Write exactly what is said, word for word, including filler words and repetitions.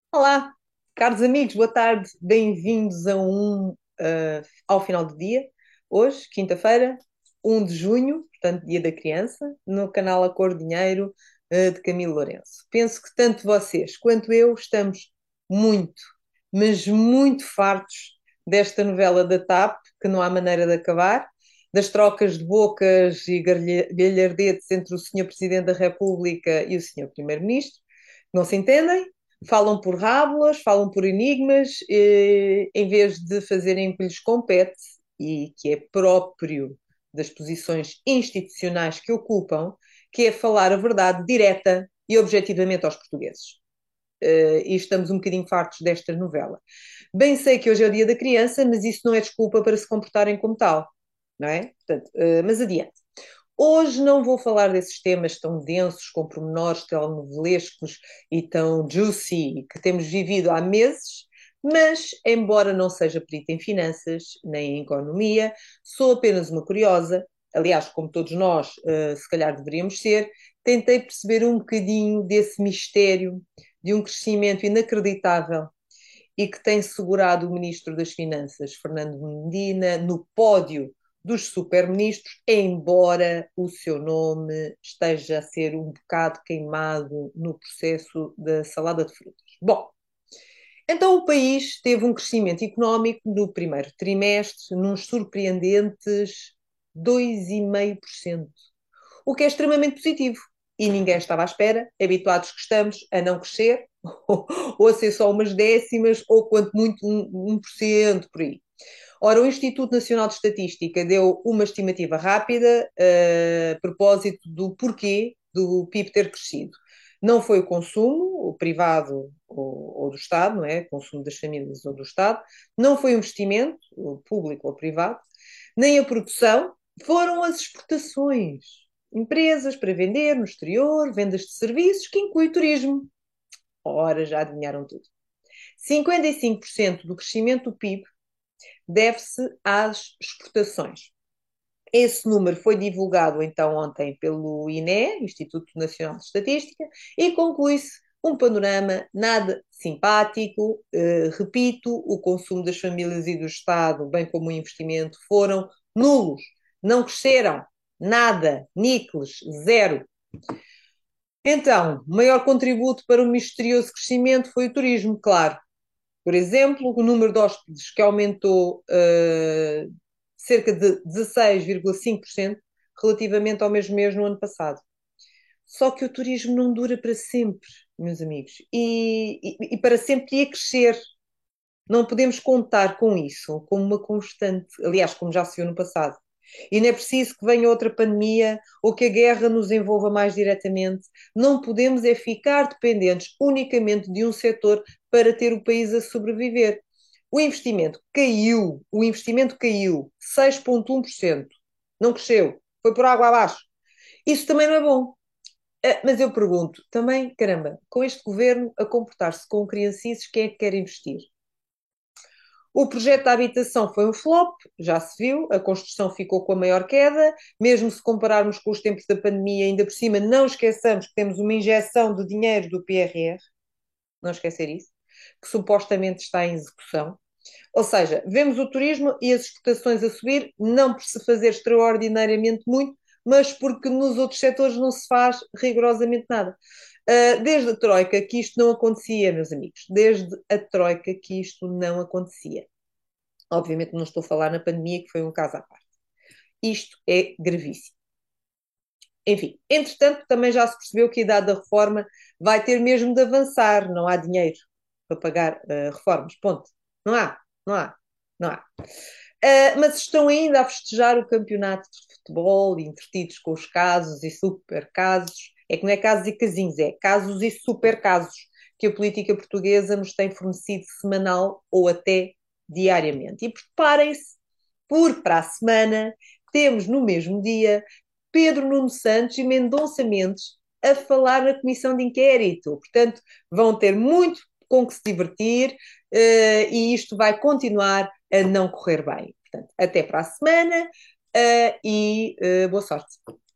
Olá, caros amigos, boa tarde, bem-vindos a um uh, ao final do dia. Hoje, quinta-feira, um de junho, portanto, Dia da Criança, no canal A Cor Dinheiro uh, de Camilo Lourenço. Penso que tanto vocês quanto eu estamos muito, mas muito fartos desta novela da T A P, que não há maneira de acabar, das trocas de bocas e galha- galhardetes entre o senhor Presidente da República e o senhor Primeiro-Ministro, que não se entendem, falam por rábulas, falam por enigmas, eh, em vez de fazerem o que lhes compete e que é próprio das posições institucionais que ocupam, que é falar a verdade direta e objetivamente aos portugueses. Uh, e estamos um bocadinho fartos desta novela. Bem sei que hoje é o Dia da Criança, mas isso não é desculpa para se comportarem como tal, não é? Portanto, uh, mas adiante. Hoje não vou falar desses temas tão densos, com pormenores telenovelescos e tão juicy que temos vivido há meses, mas, embora não seja perita em finanças nem em economia, sou apenas uma curiosa, aliás, como todos nós, uh, se calhar deveríamos ser, tentei perceber um bocadinho desse mistério de um crescimento inacreditável e que tem segurado o Ministro das Finanças, Fernando Medina, no pódio dos superministros, embora o seu nome esteja a ser um bocado queimado no processo da salada de frutas. Bom, então o país teve um crescimento económico no primeiro trimestre, nos surpreendentes dois vírgula cinco por cento, o que é extremamente positivo. E ninguém estava à espera, habituados que estamos a não crescer, ou a ser só umas décimas, ou quanto muito um, um por cento por aí. Ora, o Instituto Nacional de Estatística deu uma estimativa rápida uh, a propósito do porquê do P I B ter crescido. Não foi o consumo, o privado ou, ou do Estado, não é? O consumo das famílias ou do Estado. Não foi o investimento, o público ou privado. Nem a produção. Foram as exportações. Empresas para vender no exterior, vendas de serviços, que inclui o turismo. Ora, já adivinharam tudo. cinquenta e cinco por cento do crescimento do P I B deve-se às exportações. Esse número foi divulgado então ontem pelo I N E, Instituto Nacional de Estatística, e conclui-se um panorama nada simpático. Uh, repito, o consumo das famílias e do Estado, bem como o investimento, foram nulos, não cresceram, nada, níqueles, zero. Então, o maior contributo para o misterioso crescimento foi o turismo, claro. Por exemplo, o número de hóspedes que aumentou uh, cerca de dezasseis vírgula cinco por cento relativamente ao mesmo mês no ano passado. Só que o turismo não dura para sempre, meus amigos, e, e, e para sempre ia crescer. Não podemos contar com isso como uma constante, aliás, como já se viu no passado. E não é preciso que venha outra pandemia ou que a guerra nos envolva mais diretamente. Não podemos é ficar dependentes unicamente de um setor para ter o país a sobreviver. O investimento caiu, o investimento caiu seis vírgula um por cento. Não cresceu, foi por água abaixo. Isso também não é bom. Ah, mas eu pergunto, também, caramba, com este governo a comportar-se com criancices, quem é que quer investir? O projeto da habitação foi um flop, já se viu, a construção ficou com a maior queda, mesmo se compararmos com os tempos da pandemia, ainda por cima, não esqueçamos que temos uma injeção de dinheiro do P R R, não esquecer isso, que supostamente está em execução. Ou seja, vemos o turismo e as exportações a subir, não por se fazer extraordinariamente muito, mas porque nos outros setores não se faz rigorosamente nada. Uh, desde a Troika que isto não acontecia, meus amigos, desde a Troika que isto não acontecia. Obviamente não estou a falar na pandemia, que foi um caso à parte. Isto é gravíssimo. Enfim, entretanto, também já se percebeu que a idade da reforma vai ter mesmo de avançar. Não há dinheiro para pagar uh, reformas. Ponto. Não há, não há, não há. Uh, mas estão ainda a festejar o campeonato de futebol, entretidos com os casos e super casos. É que não é casos e casinhos, é casos e super casos que a política portuguesa nos tem fornecido semanal ou até diariamente. E preparem-se, por para a semana temos no mesmo dia Pedro Nuno Santos e Mendonça Mendes a falar na comissão de inquérito. Portanto, vão ter muito com que se divertir uh, e isto vai continuar a não correr bem. Portanto, até para a semana uh, e uh, boa sorte.